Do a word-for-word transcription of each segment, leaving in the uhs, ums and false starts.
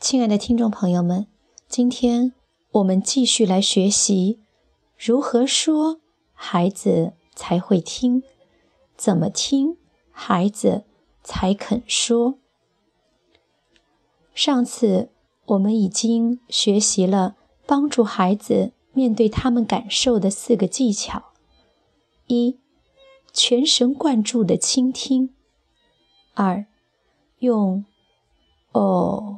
亲爱的听众朋友们，今天我们继续来学习如何说孩子才会听，怎么听孩子才肯说。上次我们已经学习了帮助孩子面对他们感受的四个技巧：一、全神贯注的倾听；二、用哦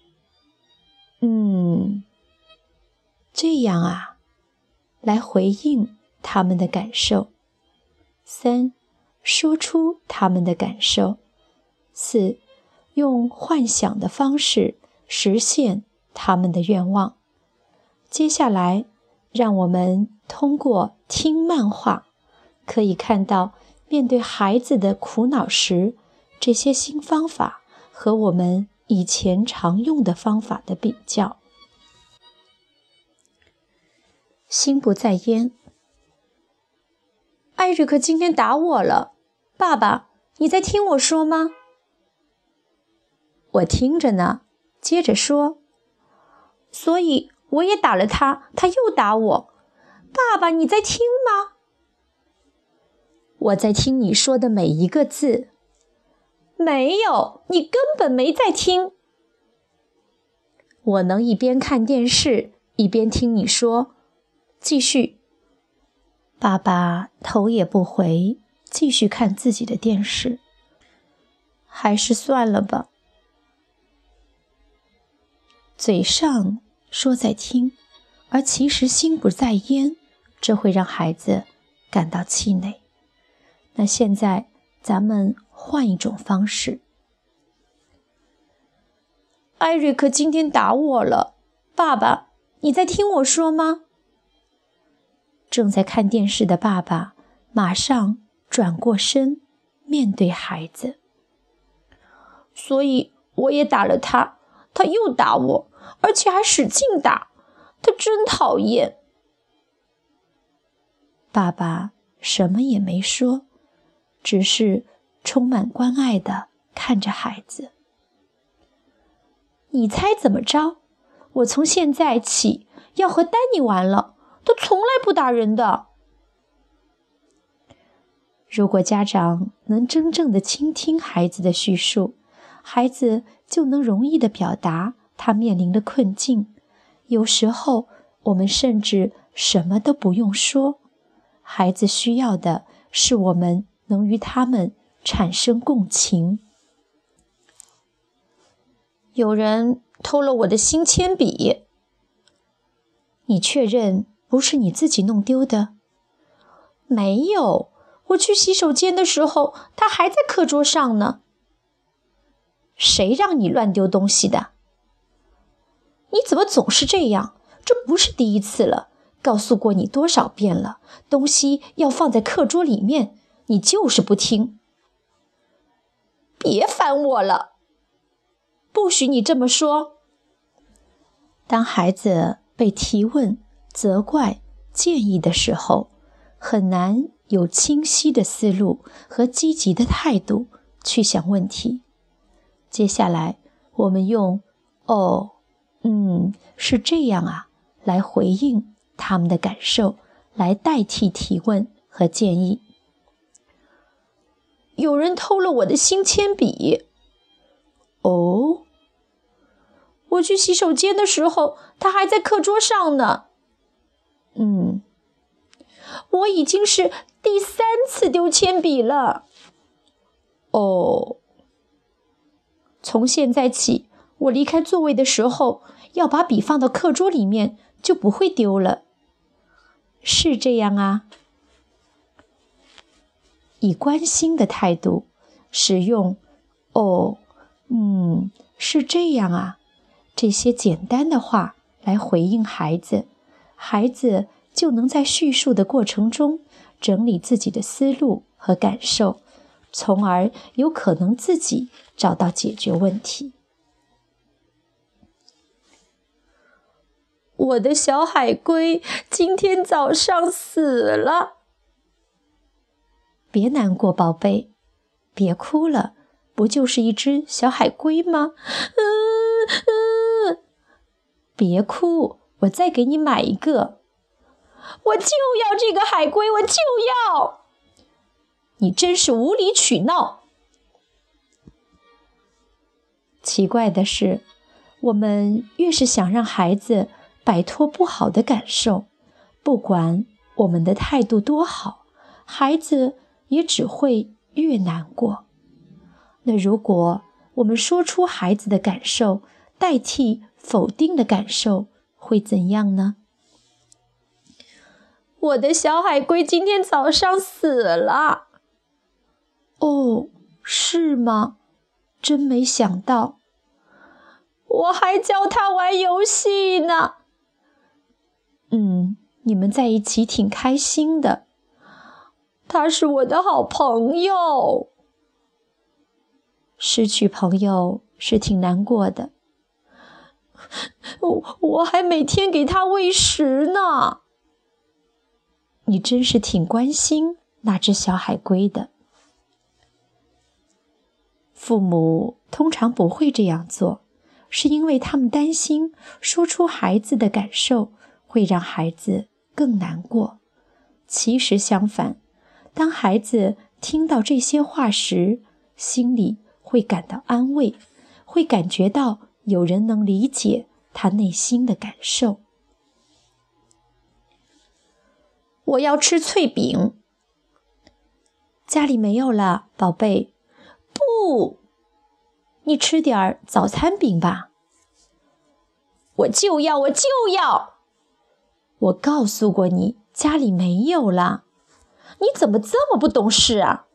嗯，这样啊，来回应他们的感受；三、说出他们的感受；四、用幻想的方式实现他们的愿望。接下来，让我们通过听漫画，可以看到面对孩子的苦恼时，这些新方法和我们以前常用的方法的比较。心不在焉。艾瑞克今天打我了，爸爸，你在听我说吗？我听着呢，接着说。所以我也打了他，他又打我。爸爸，你在听吗？我在听你说的每一个字。没有，你根本没在听。我能一边看电视，一边听你说。继续。爸爸头也不回，继续看自己的电视。还是算了吧。嘴上说在听，而其实心不在焉，这会让孩子感到气馁。那现在咱们换一种方式。艾瑞克今天打我了，爸爸，你在听我说吗？正在看电视的爸爸马上转过身，面对孩子。所以我也打了他，他又打我，而且还使劲打，他真讨厌。爸爸什么也没说，只是充满关爱地看着孩子。你猜怎么着？我从现在起要和丹尼玩了，他从来不打人的。如果家长能真正地倾听孩子的叙述，孩子就能容易地表达他面临的困境。有时候我们甚至什么都不用说，孩子需要的是我们能与他们产生共情。有人偷了我的新铅笔。你确认不是你自己弄丢的？没有，我去洗手间的时候，它还在课桌上呢。谁让你乱丢东西的？你怎么总是这样？这不是第一次了，告诉过你多少遍了，东西要放在课桌里面，你就是不听。别烦我了，不许你这么说。当孩子被提问、责怪、建议的时候，很难有清晰的思路和积极的态度去想问题。接下来，我们用“哦，嗯，是这样啊”来回应他们的感受，来代替提问和建议。有人偷了我的新铅笔。哦，我去洗手间的时候，它还在课桌上呢。嗯，我已经是第三次丢铅笔了。哦，从现在起，我离开座位的时候，要把笔放到课桌里面，就不会丢了。是这样啊。以关心的态度，使用“哦，嗯，是这样啊”这些简单的话来回应孩子，孩子就能在叙述的过程中整理自己的思路和感受，从而有可能自己找到解决问题。我的小海龟今天早上死了。别难过，宝贝，别哭了，不就是一只小海龟吗？嗯别哭，我再给你买一个。我就要这个海龟，我就要！你真是无理取闹。奇怪的是，我们越是想让孩子摆脱不好的感受，不管我们的态度多好，孩子也只会越难过。那如果我们说出孩子的感受，代替否定的感受，会怎样呢？我的小海龟今天早上死了。哦，是吗？真没想到。我还教他玩游戏呢。嗯，你们在一起挺开心的。他是我的好朋友。失去朋友是挺难过的。我我还每天给他喂食呢。你真是挺关心那只小海龟的。父母通常不会这样做，是因为他们担心说出孩子的感受会让孩子更难过。其实相反，当孩子听到这些话时，心里会感到安慰，会感觉到有人能理解他内心的感受。我要吃脆饼。家里没有了，宝贝。不，你吃点早餐饼吧。我就要，我就要。我告诉过你，家里没有了。你怎么这么不懂事啊？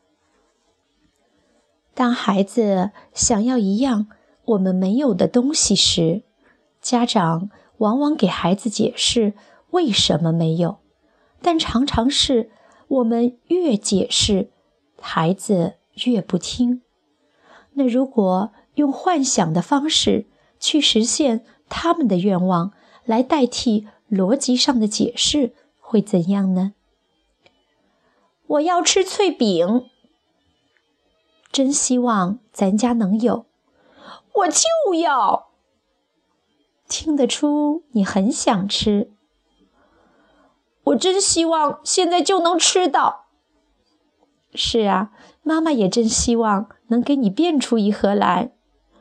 当孩子想要一样我们没有的东西时，家长往往给孩子解释为什么没有，但常常是我们越解释，孩子越不听。那如果用幻想的方式去实现他们的愿望，来代替逻辑上的解释，会怎样呢？我要吃脆饼。真希望咱家能有。我就要。听得出你很想吃。我真希望现在就能吃到。是啊，妈妈也真希望能给你变出一盒来。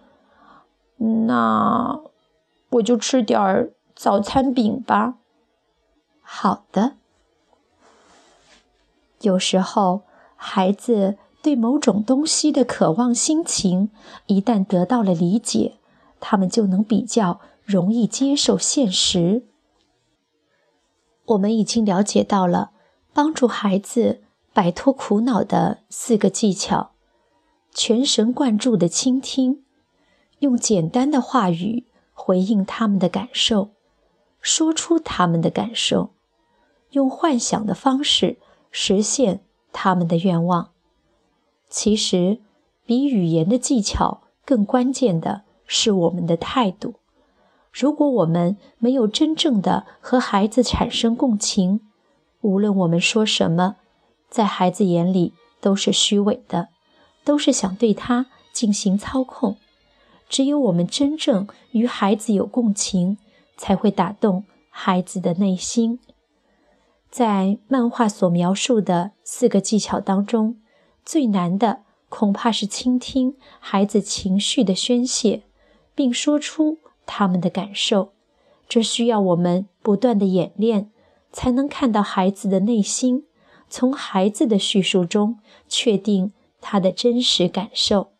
那我就吃点早餐饼吧。好的。有时候孩子对某种东西的渴望心情一旦得到了理解，他们就能比较容易接受现实。我们已经了解到了帮助孩子摆脱苦恼的四个技巧：全神贯注的倾听，用简单的话语回应他们的感受，说出他们的感受，用幻想的方式实现他们的愿望。其实，比语言的技巧更关键的是我们的态度。如果我们没有真正的和孩子产生共情，无论我们说什么，在孩子眼里都是虚伪的，都是想对他进行操控。只有我们真正与孩子有共情，才会打动孩子的内心。在漫画所描述的四个技巧当中，最难的恐怕是倾听孩子情绪的宣泄，并说出他们的感受。这需要我们不断的演练，才能看到孩子的内心，从孩子的叙述中确定他的真实感受。